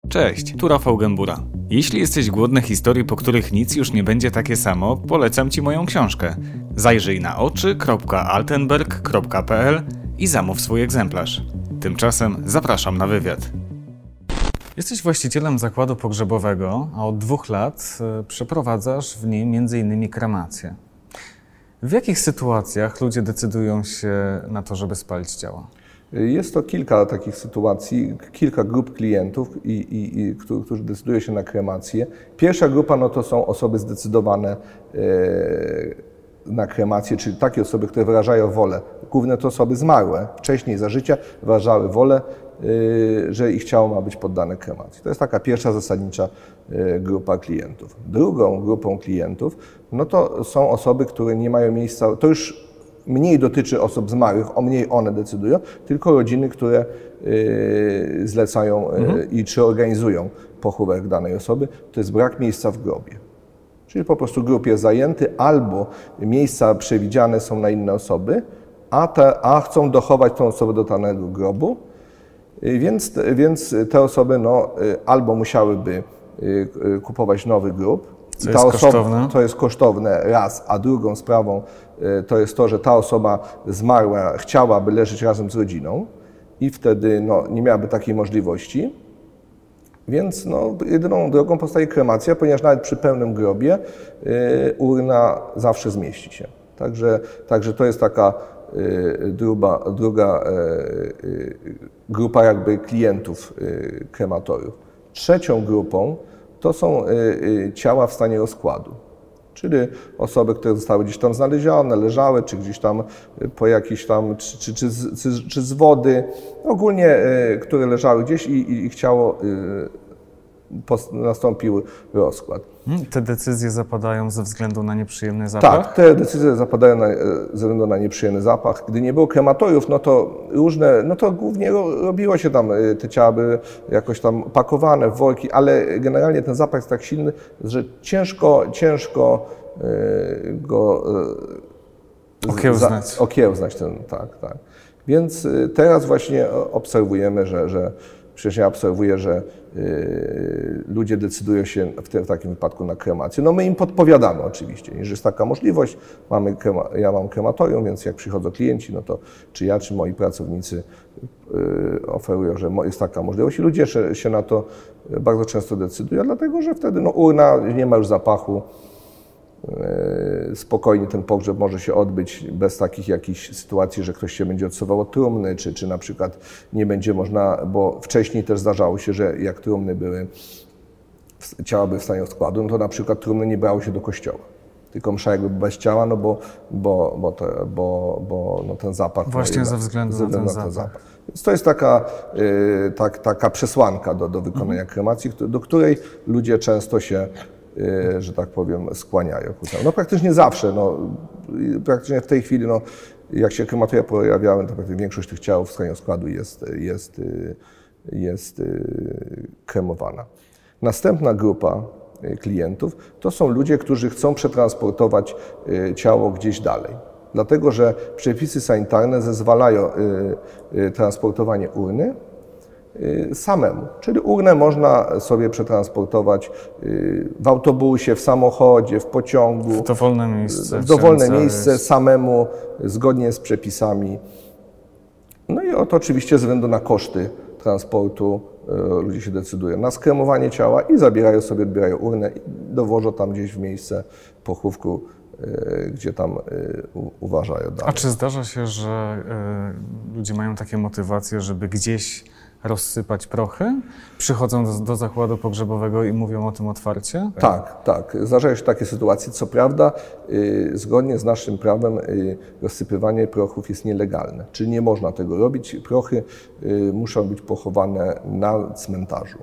Cześć, tu Rafał Gębura. Jeśli jesteś głodny historii, po których nic już nie będzie takie samo, polecam Ci moją książkę. Zajrzyj na oczy.altenberg.pl i zamów swój egzemplarz. Tymczasem zapraszam na wywiad. Jesteś właścicielem zakładu pogrzebowego, a od 2 lat przeprowadzasz w nim m.in. kremację. W jakich sytuacjach ludzie decydują się na to, żeby spalić ciała? Jest to kilka takich sytuacji, kilka grup klientów, którzy decydują się na kremację. Pierwsza grupa to są osoby zdecydowane na kremację, czyli takie osoby, które wyrażają wolę. Głównie to osoby zmarłe, wcześniej za życia wyrażały wolę, że ich ciało ma być poddane kremacji. To jest taka pierwsza zasadnicza grupa klientów. Drugą grupą klientów to są osoby, które nie mają miejsca, to już mniej dotyczy osób zmarłych, o mniej one decydują, tylko rodziny, które zlecają i czy organizują pochówek danej osoby, to jest brak miejsca w grobie. Czyli po prostu grób jest zajęty albo miejsca przewidziane są na inne osoby, a chcą dochować tą osobę do danego grobu, więc te osoby albo musiałyby kupować nowy grób. To jest kosztowne raz, a drugą sprawą to jest to, że ta osoba zmarła chciałaby leżeć razem z rodziną i wtedy nie miałaby takiej możliwości. Więc jedyną drogą pozostaje kremacja, ponieważ nawet przy pełnym grobie urna zawsze zmieści się. Także to jest taka druga grupa jakby klientów krematoriów. Trzecią grupą to są ciała w stanie rozkładu, czyli osoby, które zostały gdzieś tam znalezione, leżały, czy gdzieś tam po jakiejś tam, czy z wody, ogólnie, które leżały gdzieś i ich ciało nastąpił rozkład. Te decyzje zapadają ze względu na nieprzyjemny zapach? Tak, te decyzje zapadają ze względu na nieprzyjemny zapach. Gdy nie było krematoriów, to głównie robiło się tam, te ciała były jakoś tam pakowane w worki, ale generalnie ten zapach jest tak silny, że ciężko go okiełznać. Tak. Więc teraz właśnie obserwujemy, przecież ja obserwuję, że ludzie decydują się w takim wypadku na kremację. My im podpowiadamy oczywiście, że jest taka możliwość. Ja mam krematorium, więc jak przychodzą klienci, to czy ja, czy moi pracownicy oferują, że jest taka możliwość i ludzie się na to bardzo często decydują, dlatego że wtedy urna nie ma już zapachu. Spokojnie ten pogrzeb może się odbyć bez takich jakichś sytuacji, że ktoś się będzie odsuwał od trumny, czy na przykład nie będzie można, bo wcześniej też zdarzało się, że jak trumny ciała były w stanie rozkładu, to na przykład trumny nie brało się do kościoła, tylko msza jakby bez ciała, bo ten zapach. Właśnie ze względu na ten zapach. Więc to jest taka przesłanka do wykonania kremacji, do której ludzie często się, że tak powiem, skłaniają. Praktycznie zawsze, praktycznie w tej chwili, jak się krematoria pojawiały, to praktycznie większość tych ciał w stanie rozkładu jest kremowana. Następna grupa klientów to są ludzie, którzy chcą przetransportować ciało gdzieś dalej. Dlatego, że przepisy sanitarne zezwalają transportowanie urny samemu. Czyli urnę można sobie przetransportować w autobusie, w samochodzie, w pociągu. W dowolne miejsce. W dowolne miejsce, samemu, zgodnie z przepisami. I oczywiście ze względu na koszty transportu ludzie się decydują na skremowanie ciała i odbierają urnę i dowożą tam gdzieś w miejsce pochówku, gdzie tam uważają dalej. A czy zdarza się, że ludzie mają takie motywacje, żeby gdzieś rozsypać prochy? Przychodzą do zakładu pogrzebowego i mówią o tym otwarcie? Tak. Zdarzają się takie sytuacje. Co prawda, zgodnie z naszym prawem rozsypywanie prochów jest nielegalne, czyli nie można tego robić. Prochy muszą być pochowane na cmentarzu.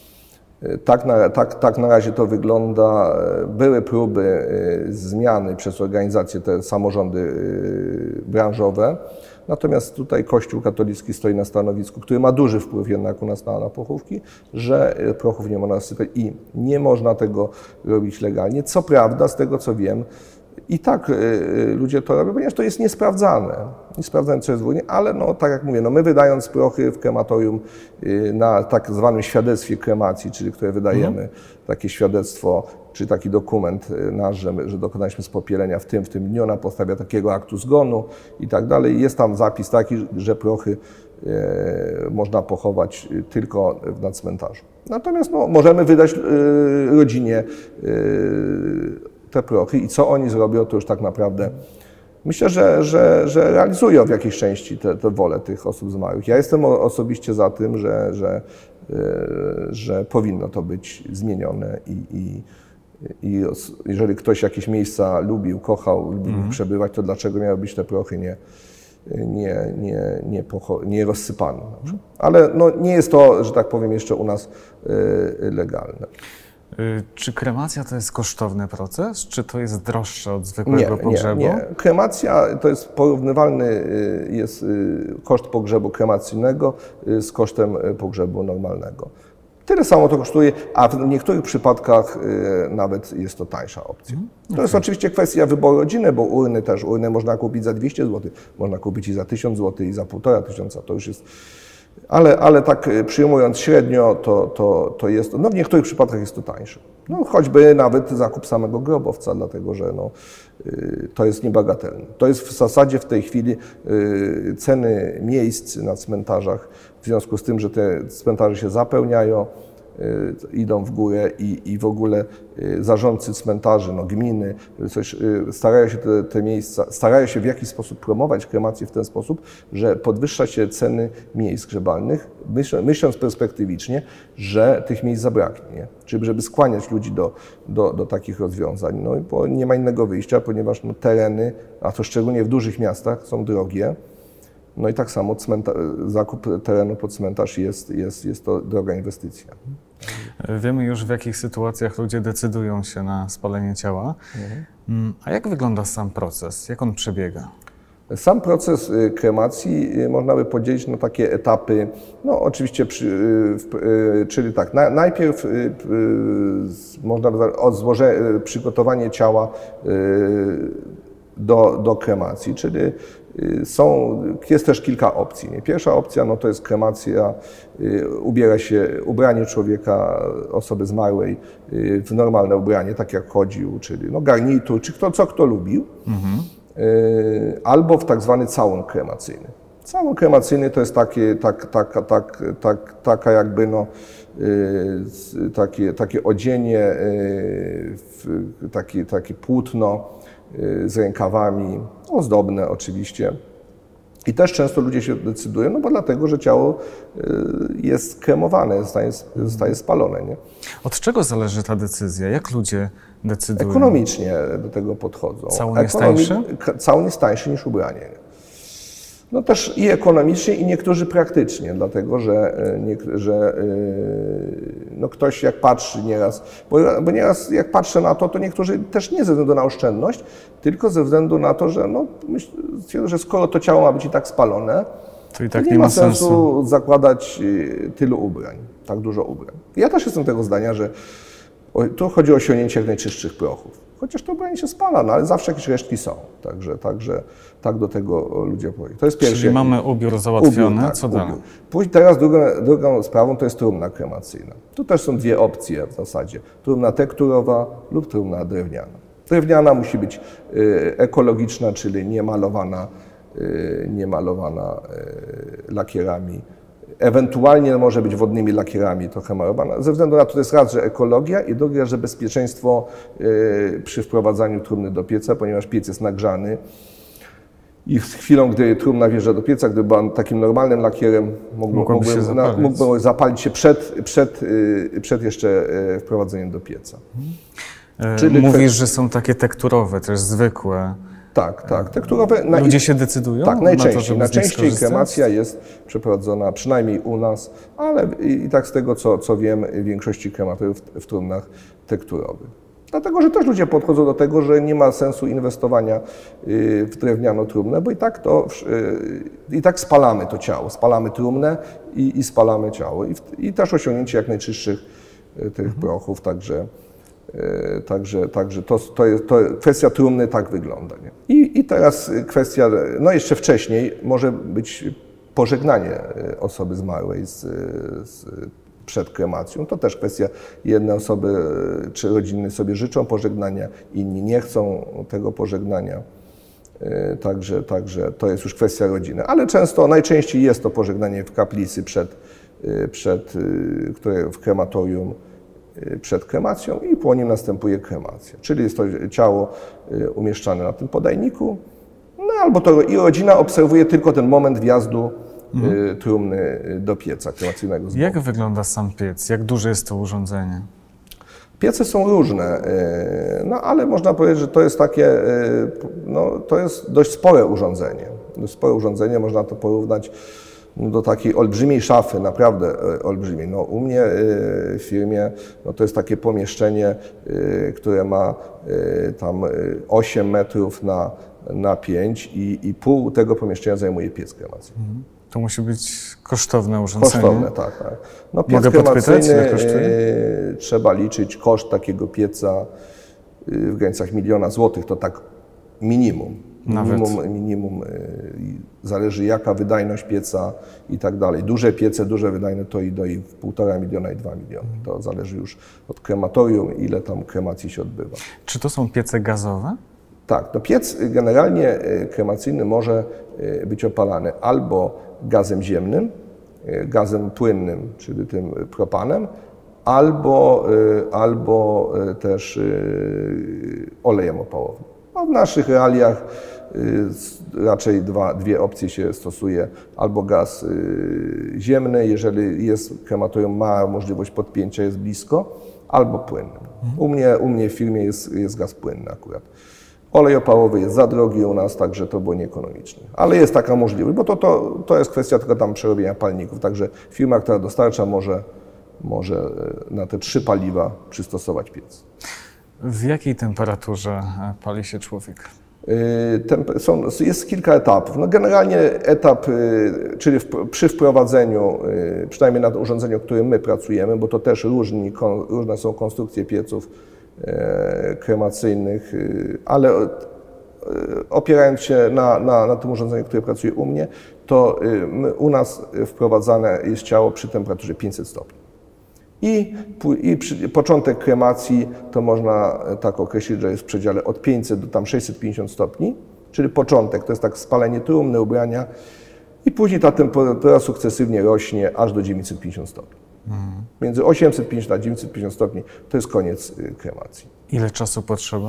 Tak na razie to wygląda. Były próby zmiany przez organizacje, te samorządy branżowe. Natomiast tutaj Kościół katolicki stoi na stanowisku, który ma duży wpływ jednak u nas na pochówki, że prochów nie można sypać i nie można tego robić legalnie. Co prawda, z tego co wiem, I tak ludzie to robią, ponieważ to jest niesprawdzane. Niesprawdzane, co jest w urnie, ale no, tak jak mówię, no, my wydając prochy w krematorium na tak zwanym świadectwie kremacji, czyli które wydajemy takie świadectwo, czy taki dokument nasz, że dokonaliśmy spopielenia w tym dniu na podstawie takiego aktu zgonu i tak dalej. Jest tam zapis taki, że prochy można pochować tylko na cmentarzu. Natomiast no, możemy wydać rodzinie te prochy i co oni zrobią, to już tak naprawdę myślę, że realizują w jakiejś części tę wolę tych osób zmarłych. Ja jestem osobiście za tym, że powinno to być zmienione i jeżeli ktoś jakieś miejsca lubił, kochał, lubił przebywać, to dlaczego miały być te prochy nie rozsypane? Ale no, nie jest to, że tak powiem, jeszcze u nas legalne. Czy kremacja to jest kosztowny proces, czy to jest droższe od zwykłego pogrzebu? Nie. Kremacja to jest porównywalny jest koszt pogrzebu kremacyjnego z kosztem pogrzebu normalnego. Tyle samo to kosztuje, a w niektórych przypadkach nawet jest to tańsza opcja. To jest oczywiście kwestia wyboru rodziny, bo urny można kupić za 200 zł, można kupić i za 1000 zł, i za 1500, to już jest. Ale tak przyjmując średnio, to jest, no w niektórych przypadkach jest to tańsze. No choćby nawet zakup samego grobowca, dlatego że no, to jest niebagatelne. To jest w zasadzie w tej chwili ceny miejsc na cmentarzach, w związku z tym, że te cmentarze się zapełniają, idą w górę i w ogóle zarządcy cmentarzy, no, gminy, starają się te miejsca, starają się w jakiś sposób promować kremację w ten sposób, że podwyższa się ceny miejsc grzebalnych, myśląc perspektywicznie, że tych miejsc zabraknie, nie? Czyli żeby skłaniać ludzi do takich rozwiązań. No, bo nie ma innego wyjścia, ponieważ no, tereny, a to szczególnie w dużych miastach, są drogie. No i tak samo zakup terenu pod cmentarz jest to droga inwestycja. Wiemy już, w jakich sytuacjach ludzie decydują się na spalenie ciała. A jak wygląda sam proces? Jak on przebiega? Sam proces kremacji można by podzielić na takie etapy, no oczywiście, czyli tak, najpierw można by przygotowanie ciała do kremacji, czyli jest też kilka opcji. Nie? Pierwsza opcja no to jest kremacja, ubranie człowieka, osoby zmarłej w normalne ubranie, tak jak chodził, czyli no garnitur, czy co kto lubił, albo w tak zwany całun kremacyjny. Całun kremacyjny to jest taka jakby no, takie odzienie, takie płótno z rękawami, ozdobne oczywiście. I też często ludzie się decydują, no bo dlatego, że ciało jest kremowane, zostaje spalone. Nie? Od czego zależy ta decyzja? Jak ludzie decydują? Ekonomicznie do tego podchodzą. Całun jest tańszy? Całun jest tańszy niż ubranie. No też i ekonomicznie, i niektórzy praktycznie, dlatego że no ktoś jak patrzy nieraz, bo nieraz jak patrzę na to niektórzy też nie ze względu na oszczędność, tylko ze względu na to, że no, myślę, że skoro to ciało ma być i tak spalone, to i tak to nie ma sensu zakładać tylu ubrań, tak dużo ubrań. Ja też jestem tego zdania, że tu chodzi o osiągnięcie jak najczystszych prochów. Chociaż to ubranie się spala, no, ale zawsze jakieś resztki są. Także tak do tego ludzie podchodzą. To jest pierwsze. Czyli mamy ubiór załatwiony, tak, co dalej? Później teraz drugą sprawą to jest trumna kremacyjna. Tu też są dwie opcje w zasadzie. Trumna tekturowa lub trumna drewniana. Drewniana musi być ekologiczna, czyli nie malowana lakierami. Ewentualnie może być wodnymi lakierami trochę malowana, ze względu na to, jest raz, że ekologia i drugie, że bezpieczeństwo przy wprowadzaniu trumny do pieca, ponieważ piec jest nagrzany i z chwilą, gdy trumna wjeżdża do pieca, gdyby była takim normalnym lakierem, mógłby zapalić się przed jeszcze wprowadzeniem do pieca. Czyli mówisz, że są takie tekturowe, też zwykłe. Tak. Tekturowe. Ludzie się decydują? Tak, najczęściej. Na to, najczęściej kremacja jest przeprowadzona, przynajmniej u nas, ale i tak z tego, co wiem, w większości krematoriów w trumnach tekturowych. Dlatego, że też ludzie podchodzą do tego, że nie ma sensu inwestowania w drewnianą trumnę, bo i tak spalamy to ciało, spalamy trumnę i spalamy ciało. I też osiągnięcie jak najczystszych tych prochów, także Także to kwestia trumny tak wygląda. Nie? I teraz kwestia, no jeszcze wcześniej może być pożegnanie osoby zmarłej przed kremacją. To też kwestia, jedne osoby czy rodziny sobie życzą pożegnania, inni nie chcą tego pożegnania. Także to jest już kwestia rodziny. Ale najczęściej jest to pożegnanie w kaplicy które w krematorium przed kremacją i po nim następuje kremacja. Czyli jest to ciało umieszczane na tym podajniku, no albo i rodzina obserwuje tylko ten moment wjazdu trumny do pieca kremacyjnego. Jak wygląda sam piec? Jak duże jest to urządzenie? Piece są różne, no ale można powiedzieć, że to jest to jest dość spore urządzenie. Dość spore urządzenie, można to porównać do takiej olbrzymiej szafy, naprawdę olbrzymiej. No, u mnie w firmie to jest takie pomieszczenie, które ma tam 8 metrów na 5 i pół tego pomieszczenia zajmuje piec kremacyjny. To musi być kosztowne urządzenie. Kosztowne, tak. No, piec Mogę podpytać, ile kosztuje? Trzeba liczyć koszt takiego pieca w granicach 1 000 000 złotych, to tak minimum. Minimum, zależy jaka wydajność pieca i tak dalej. Duże piece, duże wydajne to i do 1,5 miliona i 2 miliony. To zależy już od krematorium, ile tam kremacji się odbywa. Czy to są piece gazowe? Tak, no piec generalnie kremacyjny może być opalany albo gazem ziemnym, gazem płynnym, czyli tym propanem, albo też olejem opałowym. No w naszych realiach raczej dwie opcje się stosuje, albo gaz ziemny, jeżeli krematorium ma możliwość podpięcia, jest blisko, albo płynny. U mnie w firmie jest gaz płynny akurat. Olej opałowy jest za drogi u nas, także to było nieekonomiczne. Ale jest taka możliwość, bo to jest kwestia tylko tam przerobienia palników, także firma, która dostarcza, może na te 3 paliwa przystosować piec. W jakiej temperaturze pali się człowiek? Jest kilka etapów. No generalnie etap, czyli przy wprowadzeniu, przynajmniej na urządzeniu, którym my pracujemy, bo to też różne są konstrukcje pieców kremacyjnych, ale opierając się na tym urządzeniu, które pracuje u mnie, to u nas wprowadzane jest ciało przy temperaturze 500 stopni. I początek kremacji to można tak określić, że jest w przedziale od 500 do tam 650 stopni, czyli początek to jest tak spalenie trumny, ubrania i później ta temperatura sukcesywnie rośnie aż do 950 stopni. Między 850 a 950 stopni to jest koniec kremacji. Ile czasu potrzeba?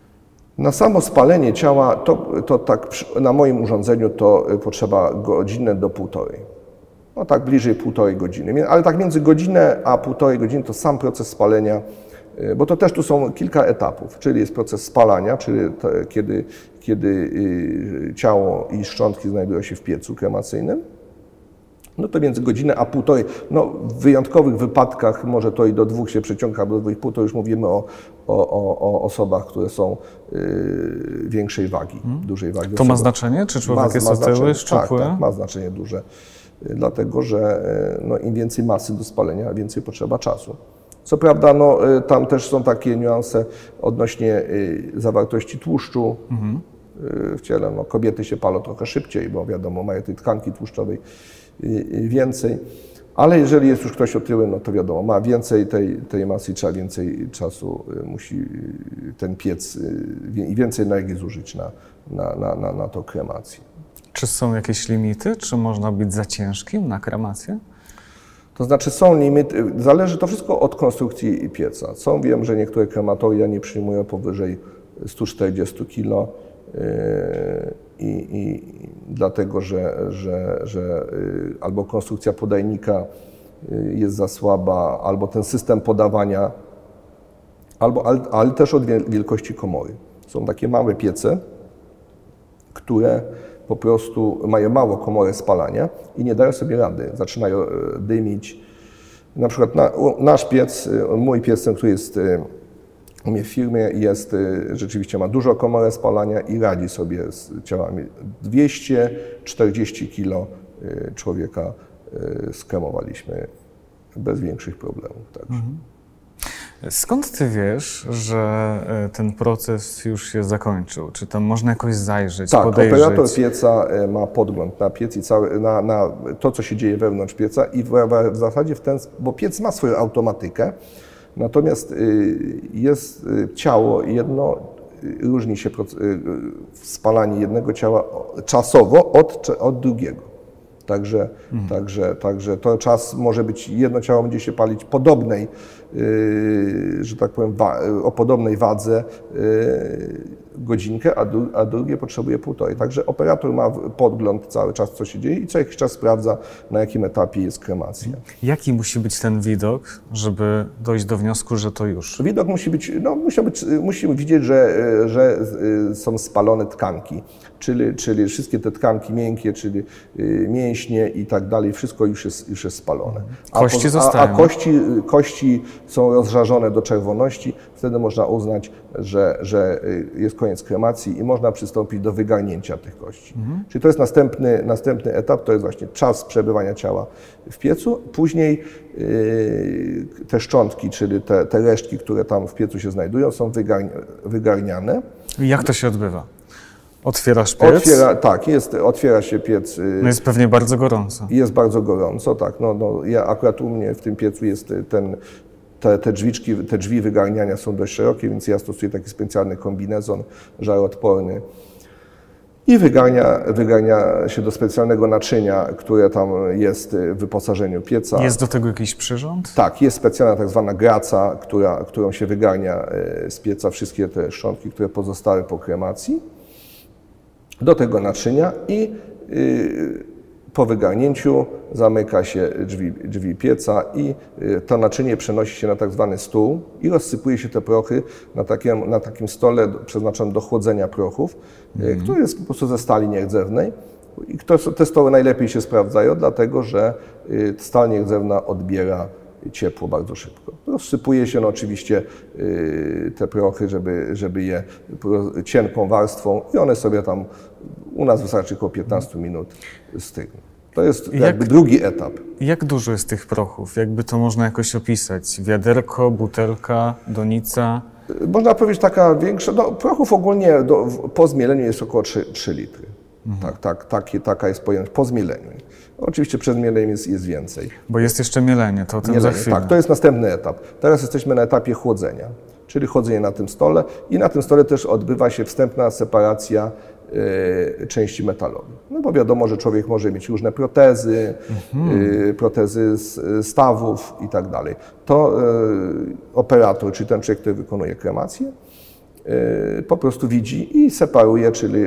Na samo spalenie ciała to tak na moim urządzeniu to potrzeba godzinę do 1,5. No tak bliżej 1,5 godziny, ale tak między godzinę a 1,5 godziny to sam proces spalenia, bo to też tu są kilka etapów, czyli jest proces spalania, czyli kiedy ciało i szczątki znajdują się w piecu kremacyjnym, no to między godzinę a 1,5, no w wyjątkowych wypadkach może to i do 2 się przeciąga, bo do 2,5 to już mówimy o osobach, które są większej wagi, dużej wagi. To ma znaczenie? Czy człowiek jest otyły, szczupły? Tak, ma znaczenie duże. Dlatego, że im więcej masy do spalenia, więcej potrzeba czasu. Co prawda, tam też są takie niuanse odnośnie zawartości tłuszczu w ciele. No, kobiety się palą trochę szybciej, bo wiadomo, mają tej tkanki tłuszczowej więcej. Ale jeżeli jest już ktoś otyły, no to wiadomo, ma więcej tej masy, trzeba więcej czasu, musi ten piec i więcej energii zużyć na tą kremację. Czy są jakieś limity? Czy można być za ciężkim na kremację? To znaczy są limity, zależy to wszystko od konstrukcji pieca. Wiem, że niektóre krematoria nie przyjmują powyżej 140 kg i dlatego, że albo konstrukcja podajnika jest za słaba, albo ten system podawania, ale też od wielkości komory. Są takie małe piece, które po prostu mają mało komory spalania i nie dają sobie rady. Zaczynają dymić. Na przykład nasz piec, mój piec, ten, który jest u mnie w firmie, rzeczywiście ma dużo komorę spalania i radzi sobie z ciałami. 240 kg człowieka skremowaliśmy bez większych problemów. Także. Skąd ty wiesz, że ten proces już się zakończył? Czy tam można jakoś zajrzeć, Tak, podejrzeć? operator pieca ma podgląd na piec i na to, co się dzieje wewnątrz pieca i w zasadzie bo piec ma swoją automatykę, natomiast jest ciało jedno, różni się spalanie jednego ciała czasowo od drugiego. Także to czas może być, jedno ciało będzie się palić podobnej, że tak powiem, o podobnej wadze godzinkę, a drugie potrzebuje półtorej. Także operator ma podgląd cały czas, co się dzieje i co jakiś czas sprawdza, na jakim etapie jest kremacja. Jaki musi być ten widok, żeby dojść do wniosku, że to już? Widok musi być, musimy widzieć, że są spalone tkanki, czyli wszystkie te tkanki miękkie, czyli mięśnie i tak dalej, wszystko już jest spalone. Kości zostają. A kości są rozżarzone do czerwoności, wtedy można uznać, że jest koniec kremacji i można przystąpić do wygarnięcia tych kości. Czyli to jest następny etap, to jest właśnie czas przebywania ciała w piecu. Później te szczątki, czyli te resztki, które tam w piecu się znajdują, są wygarniane. Jak to się odbywa? Otwierasz piec? Otwiera się piec. No jest pewnie bardzo gorąco. Jest bardzo gorąco, tak. Ja akurat u mnie w tym piecu jest te drzwi wygarniania są dość szerokie, więc ja stosuję taki specjalny kombinezon żaroodporny i wygarnia się do specjalnego naczynia, które tam jest w wyposażeniu pieca. Jest do tego jakiś przyrząd? Tak, jest specjalna tak zwana graca, którą się wygarnia z pieca wszystkie te szczątki, które pozostały po kremacji, do tego naczynia i po wygarnięciu zamyka się drzwi pieca i to naczynie przenosi się na tak zwany stół i rozsypuje się te prochy na takim stole przeznaczonym do chłodzenia prochów, który jest po prostu ze stali nierdzewnej. I te stoły najlepiej się sprawdzają, dlatego że stal nierdzewna odbiera ciepło bardzo szybko. Rozsypuje się oczywiście te prochy, żeby je cienką warstwą i one sobie tam, u nas wystarczy około 15 minut stygną. To jest jakby drugi etap. Jak dużo jest tych prochów? Jakby to można jakoś opisać? Wiaderko, butelka, donica? Można powiedzieć taka większa, prochów ogólnie po zmieleniu jest około 3 litry. Taka jest pojęcie, po zmieleniu. Oczywiście przed mieleniem jest więcej. Bo jest jeszcze mielenie, to o tym za chwilę. Tak, to jest następny etap. Teraz jesteśmy na etapie chłodzenia, czyli chłodzenie na tym stole i na tym stole też odbywa się wstępna separacja części metalowych. No bo wiadomo, że człowiek może mieć różne protezy, protezy stawów i tak dalej. To operator, czyli ten człowiek, który wykonuje kremację, po prostu widzi i separuje, czyli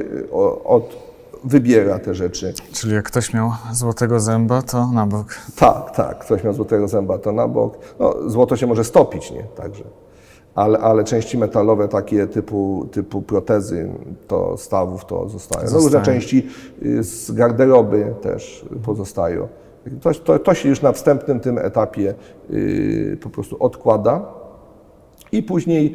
wybiera te rzeczy. Czyli jak ktoś miał złotego zęba, to na bok. Tak, ktoś miał złotego zęba, to na bok. Złoto się może stopić, nie? Także. Ale części metalowe, takie typu protezy, to stawów, to zostają. Różne części z garderoby też pozostają. To się już na wstępnym tym etapie po prostu odkłada i później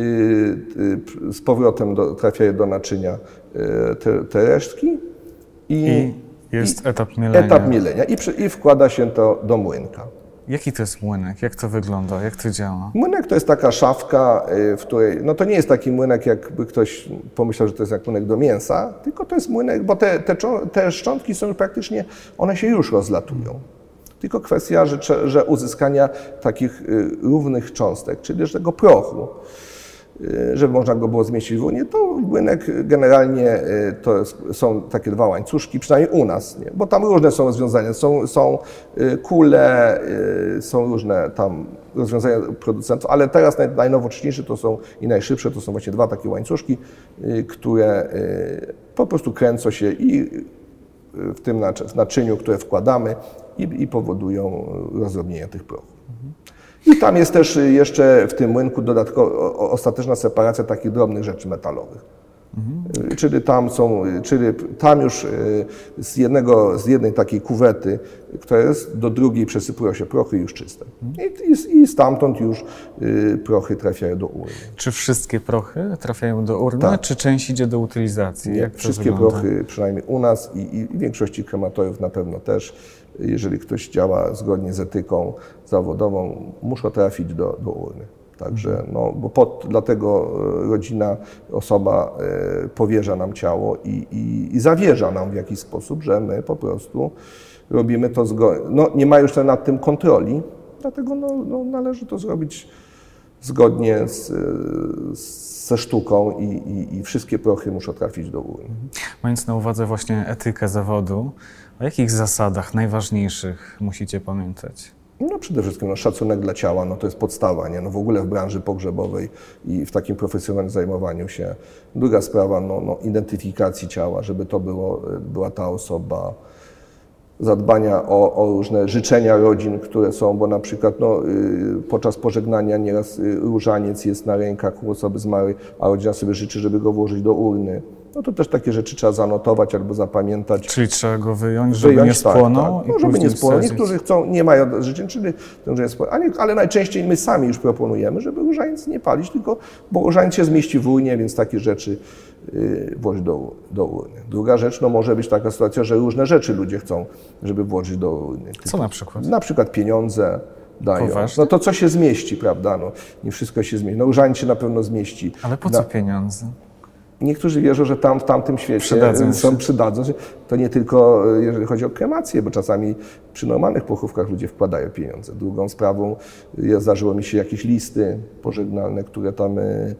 z powrotem trafiają do naczynia te resztki i jest etap mielenia. Etap mielenia i wkłada się to do młynka. Jaki to jest młynek? Jak to wygląda? Jak to działa? Młynek to jest taka szafka, w której, to nie jest taki młynek, jakby ktoś pomyślał, że to jest jak młynek do mięsa, tylko to jest młynek, bo te szczątki są praktycznie, one się już rozlatują. Tylko kwestia, że uzyskania takich równych cząstek, czyli tego prochu, żeby można go było zmieścić w urnie, to młynek generalnie są takie 2 łańcuszki, przynajmniej u nas, nie? Bo tam różne są rozwiązania, są kule, są różne tam rozwiązania producentów, ale teraz najnowocześniejsze to są i najszybsze to są właśnie 2 takie łańcuszki, które po prostu kręcą się i w tym naczyniu, które wkładamy i powodują rozdrobnienie tych prochów. I tam jest też jeszcze w tym młynku dodatkowo ostateczna separacja takich drobnych rzeczy metalowych. Czyli tam już z jednej takiej kuwety, która jest, do drugiej przesypują się prochy już czyste. I stamtąd już prochy trafiają do urny. Czy wszystkie prochy trafiają do urny, tak. Czy część idzie do utylizacji? Nie, wszystkie prochy, przynajmniej u nas i w większości krematoriów na pewno też, jeżeli ktoś działa zgodnie z etyką zawodową, muszą trafić do urny. Także, no, bo dlatego rodzina, osoba powierza nam ciało i zawierza nam w jakiś sposób, że my po prostu robimy to nie ma już nad tym kontroli, dlatego należy to zrobić zgodnie ze sztuką i wszystkie prochy muszą trafić do urny. Mając na uwadze właśnie etykę zawodu, o jakich zasadach najważniejszych musicie pamiętać? No przede wszystkim szacunek dla ciała, to jest podstawa, nie? W ogóle w branży pogrzebowej i w takim profesjonalnym zajmowaniu się. Druga sprawa, identyfikacji ciała, żeby to była ta osoba, zadbania o różne życzenia rodzin, które są, bo na przykład podczas pożegnania nieraz różaniec jest na rękach u osoby zmarłej, a rodzina sobie życzy, żeby go włożyć do urny. No to też takie rzeczy trzeba zanotować albo zapamiętać. Czyli trzeba go wyjąć, żeby nie spłonął? Tak. Żeby nie spłonął. Niektórzy nie mają życzeń, czyli że nie spłonął, ale najczęściej my sami już proponujemy, żeby różaniec nie palić, bo różaniec się zmieści w urnie, więc takie rzeczy włożyć do urny. Druga rzecz, może być taka sytuacja, że różne rzeczy ludzie chcą, żeby włożyć do urny. Co na przykład? Na przykład pieniądze dają. Poważnie? To co się zmieści, prawda? Nie wszystko się zmieści. Różaniec się na pewno zmieści. Ale po co pieniądze? Niektórzy wierzą, że w tamtym świecie przydadzą się. To nie tylko jeżeli chodzi o kremację, bo czasami przy normalnych pochówkach ludzie wkładają pieniądze. Drugą sprawą zdarzyło mi się jakieś listy pożegnalne, które tam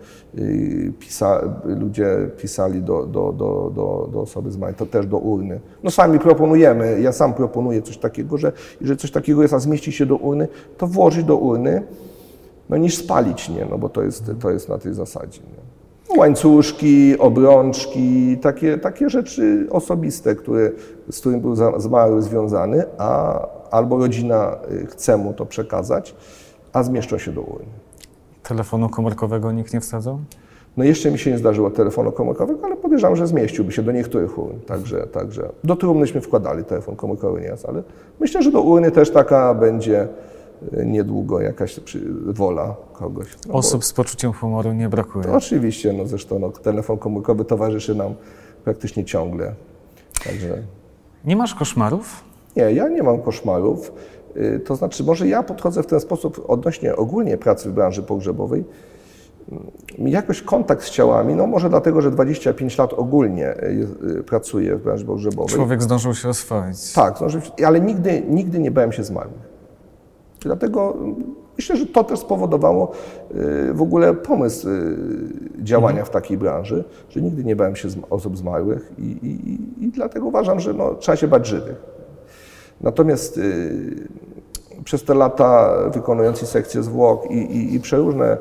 ludzie pisali do osoby zmarłej, to też do urny. Sami proponujemy, ja sam proponuję coś takiego, że jeżeli coś takiego jest, a zmieści się do urny, to włożyć do urny, niż spalić, nie? Bo to jest na tej zasadzie. Nie? Łańcuszki, obrączki, takie rzeczy osobiste, z którym był zmarły związany, albo rodzina chce mu to przekazać, a zmieszczą się do urny. Telefonu komórkowego nikt nie wsadzał? Jeszcze mi się nie zdarzyło telefonu komórkowego, ale podejrzewam, że zmieściłby się do niektórych urn. Także do trumnyśmy wkładali telefon komórkowy nieraz, ale myślę, że do urny też taka będzie niedługo jakaś wola kogoś. Osób z poczuciem humoru nie brakuje. To oczywiście, zresztą telefon komórkowy towarzyszy nam praktycznie ciągle. Także... Nie masz koszmarów? Nie, ja nie mam koszmarów. To znaczy, może ja podchodzę w ten sposób odnośnie ogólnie pracy w branży pogrzebowej. Jakoś kontakt z ciałami, może dlatego, że 25 lat ogólnie pracuję w branży pogrzebowej. Człowiek zdążył się oswoić. Tak, ale nigdy nie bałem się zmarłych. Dlatego myślę, że to też spowodowało w ogóle pomysł działania w takiej branży, że nigdy nie bałem się osób zmarłych i dlatego uważam, że trzeba się bać żywych. Natomiast przez te lata wykonując sekcję zwłok i przeróżne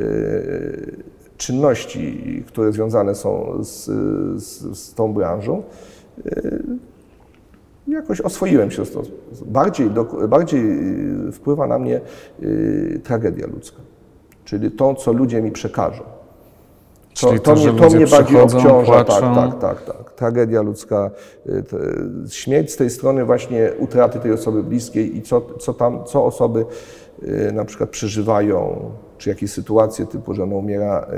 czynności, które związane są z tą branżą, jakoś oswoiłem się z tym. Bardziej wpływa na mnie tragedia ludzka, czyli to, co ludzie mi przekażą. To mnie bardziej obciąża. Tak. Tragedia ludzka, śmierć z tej strony właśnie utraty tej osoby bliskiej i co osoby na przykład przeżywają, czy jakieś sytuacje typu, że umiera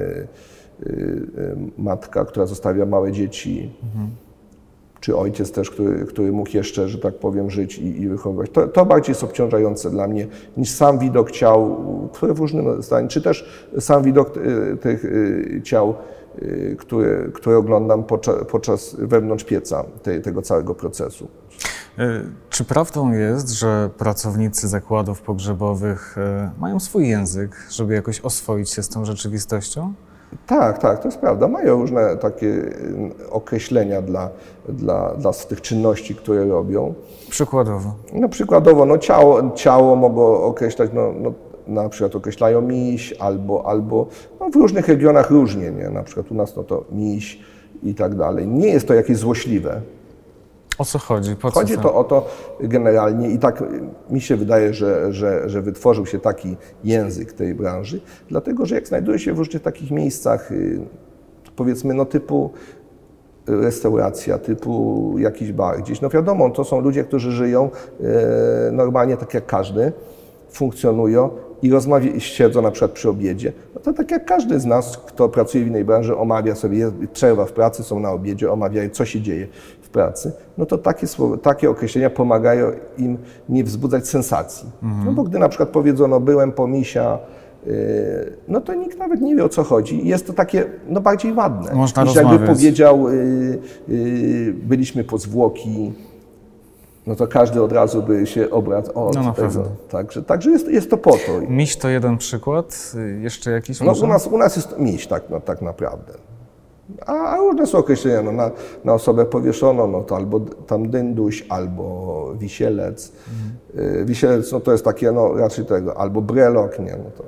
matka, która zostawia małe dzieci. Czy ojciec też, który mógł jeszcze, że tak powiem, żyć i wychowywać. To bardziej jest obciążające dla mnie niż sam widok ciał, które w różnym stanie, czy też sam widok tych ciał, które oglądam podczas wewnątrz pieca tego całego procesu. Czy prawdą jest, że pracownicy zakładów pogrzebowych mają swój język, żeby jakoś oswoić się z tą rzeczywistością? Tak, to jest prawda. Mają różne takie określenia dla tych czynności, które robią. Przykładowo? Przykładowo, ciało mogą określać, na przykład określają miś, albo w różnych regionach różnie, nie? Na przykład u nas to miś i tak dalej. Nie jest to jakieś złośliwe. O co chodzi? Chodzi to o to generalnie i tak mi się wydaje, że wytworzył się taki język tej branży, dlatego że jak znajduje się w różnych takich miejscach, powiedzmy typu restauracja, typu jakiś bar gdzieś, wiadomo, to są ludzie, którzy żyją normalnie tak jak każdy, funkcjonują i siedzą na przykład przy obiedzie. To tak jak każdy z nas, kto pracuje w innej branży, omawia sobie, przerwa w pracy, są na obiedzie, omawiają, co się dzieje w pracy, to takie określenia pomagają im nie wzbudzać sensacji. Bo gdy na przykład powiedzą, byłem po misia, no to nikt nawet nie wie, o co chodzi. Jest to takie no, bardziej ładne. Można niż rozmawiać. jakby powiedział, byliśmy po zwłoki, no to każdy od razu by się obracał. No na pewno. Także jest to po to. Miś to jeden przykład, jeszcze jakiś No, może? u nas jest miś tak naprawdę. A różne są określenia. No, na osobę powieszono, no to albo tam dynduś, albo wisielec. Wisielec, no to jest takie, no raczej tego, albo brelok, nie, no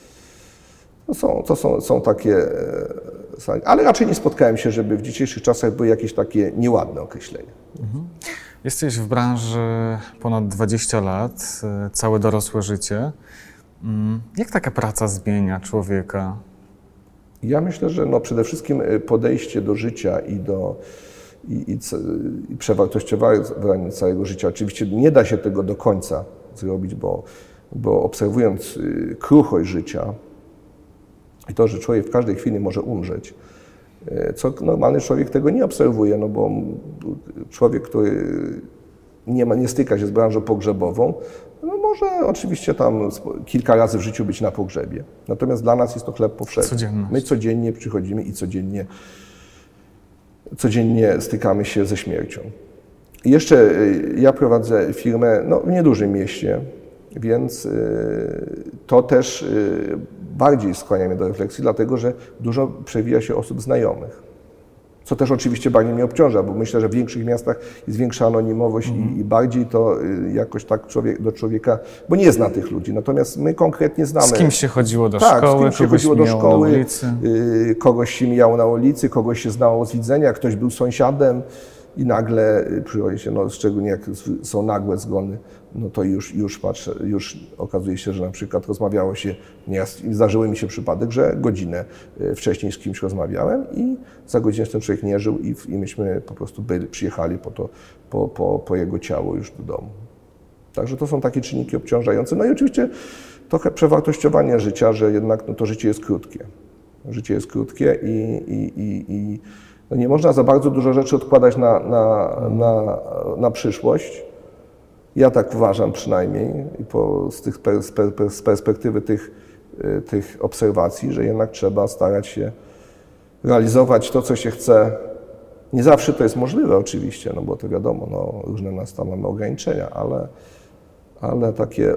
to są takie, ale raczej nie spotkałem się, żeby w dzisiejszych czasach były jakieś takie nieładne określenia. Jesteś w branży ponad 20 lat, całe dorosłe życie. Jak taka praca zmienia człowieka? Ja myślę, że no przede wszystkim podejście do życia i przewartościowanie całego życia. Oczywiście nie da się tego do końca zrobić, bo obserwując kruchość życia i to, że człowiek w każdej chwili może umrzeć, co normalny człowiek tego nie obserwuje, no bo człowiek, który nie styka się z branżą pogrzebową, no może oczywiście tam kilka razy w życiu być na pogrzebie. Natomiast dla nas jest to chleb powszedni. Codzienność. My codziennie przychodzimy i codziennie stykamy się ze śmiercią. I jeszcze ja prowadzę firmę no, w niedużym mieście, więc to też bardziej skłania mnie do refleksji, dlatego że dużo przewija się osób znajomych. Co też oczywiście bardziej mnie obciąża, bo myślę, że w większych miastach jest większa anonimowość i bardziej to jakoś tak do człowieka, bo nie zna tych ludzi. Natomiast my konkretnie znamy. Z kim się chodziło do tak, szkoły, z kim się kogoś chodziło do mijało szkoły, na ulicy? Kogoś się mijało na ulicy, kogoś się znało z widzenia, ktoś był sąsiadem i nagle przychodzi się, no szczególnie jak są nagłe zgony, no to już patrzę, już okazuje się, że na przykład rozmawiało się, zdarzył mi się przypadek, że godzinę wcześniej z kimś rozmawiałem i za godzinę ten człowiek nie żył i myśmy po prostu przyjechali po jego ciało już do domu. Także to są takie czynniki obciążające. No i oczywiście trochę przewartościowanie życia, że jednak no, to życie jest krótkie. Życie jest krótkie i no nie można za bardzo dużo rzeczy odkładać na przyszłość. Ja tak uważam przynajmniej z perspektywy tych obserwacji, że jednak trzeba starać się realizować to, co się chce. Nie zawsze to jest możliwe oczywiście, no bo to wiadomo, no, różne nas tam mamy ograniczenia, ale takie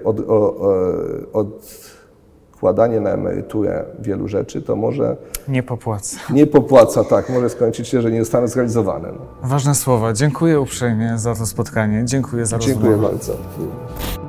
odkładanie na emeryturę wielu rzeczy to może... Nie popłaca. Nie popłaca, tak. Może skończyć się, że nie zostaną zrealizowane. No. Ważne słowa. Dziękuję uprzejmie za to spotkanie. Dziękuję za rozmowę. Dziękuję bardzo.